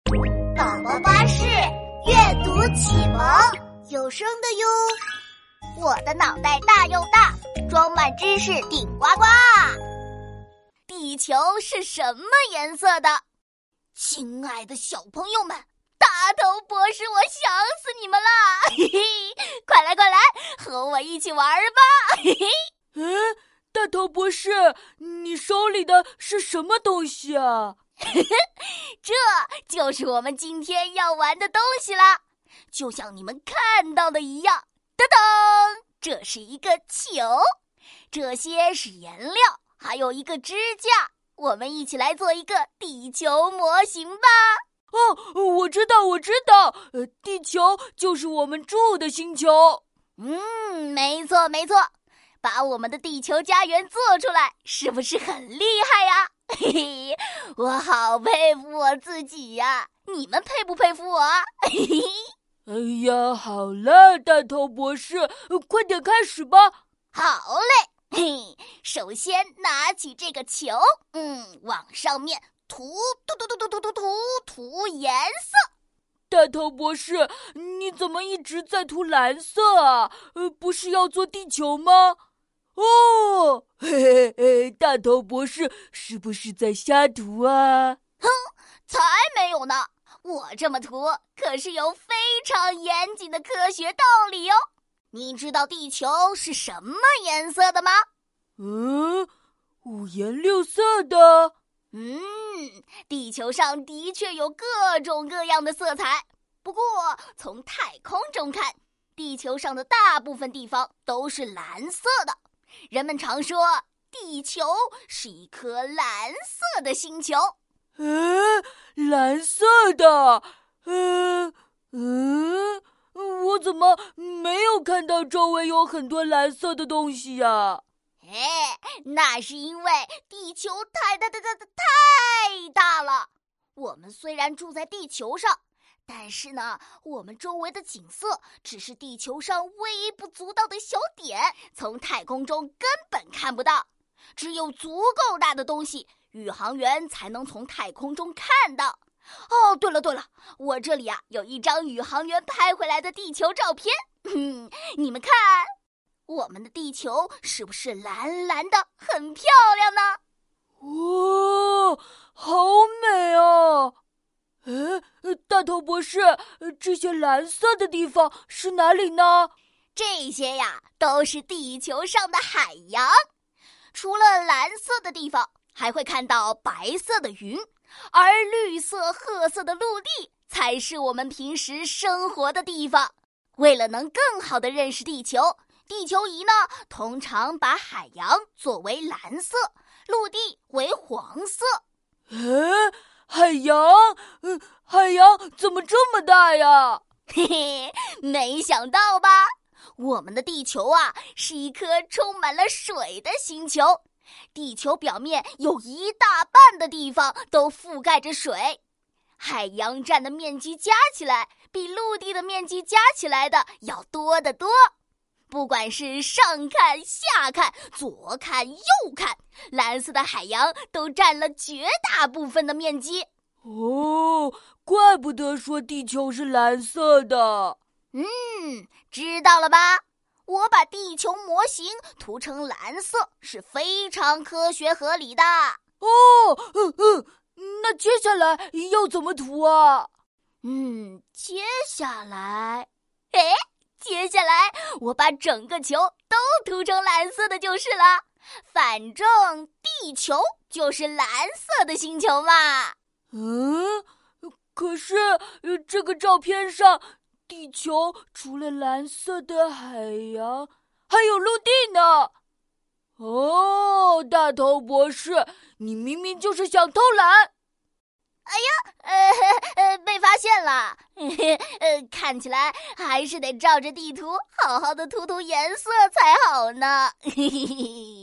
宝宝巴士阅读启蒙，有声的哟。我的脑袋大又大，装满知识顶呱呱。地球是什么颜色的？亲爱的小朋友们，大头博士，我想死你们了！嘿嘿，快来快来，和我一起玩吧！嘿嘿。 大头博士，你手里的是什么东西啊？ 这就是我们今天要玩的东西啦，就像你们看到的一样。噔噔，这是一个球，这些是颜料，还有一个支架。我们一起来做一个地球模型吧。 哦，我知道，地球就是我们住的星球。 没错没错，把我们的地球家园做出来，是不是很厉害呀？嘿嘿，我好佩服我自己呀，你们佩不佩服我？嘿嘿。 哎呀，好了，大头博士，快点开始吧。 好嘞，嘿，首先拿起这个球，往上面涂颜色。 大头博士，你怎么一直在涂蓝色啊？不是要做地球吗？哦，嘿嘿嘿，大头博士是不是在瞎涂啊？ 哼，才没有呢！我这么涂可是有非常严谨的科学道理哦。你知道地球是什么颜色的吗？ 五颜六色的。 地球上的确有各种各样的色彩，不过从太空中看，地球上的大部分地方都是蓝色的。人们常说地球是一颗蓝色的星球。 蓝色的？我怎么没有看到周围有很多蓝色的东西呀？ 那是因为地球太大了。我们虽然住在地球上，但是呢，我们周围的景色只是地球上微不足道的小点，从太空中根本看不到。只有足够大的东西，宇航员才能从太空中看到。哦，对了，我这里有一张宇航员拍回来的地球照片，你们看，我们的地球是不是蓝蓝的，很漂亮呢？ 哇，好美啊！大头博士，这些蓝色的地方是哪里呢？ 这些都是地球上的海洋。除了蓝色的地方，还会看到白色的云，而绿色、褐色的陆地才是我们平时生活的地方。为了能更好地认识地球，地球仪呢，通常把海洋作为蓝色，陆地为黄色。 海洋怎么这么大呀？ 嘿嘿，没想到吧？我们的地球是一颗充满了水的星球。地球表面有一大半的地方都覆盖着水，海洋占的面积加起来比陆地的面积加起来的要多得多。不管是上看下看，左看右看，蓝色的海洋都占了绝大部分的面积。 哦，怪不得说地球是蓝色的。 知道了吧？我把地球模型涂成蓝色是非常科学合理的。 那接下来要怎么涂啊？ 接下来我把整个球都涂成蓝色的就是了。反正地球就是蓝色的星球嘛。 可是这个照片上，地球除了蓝色的海洋，还有陆地呢。大头博士，你明明就是想偷懒。 被发现了。看起来还是得照着地图好好的涂颜色才好呢。嘿嘿嘿。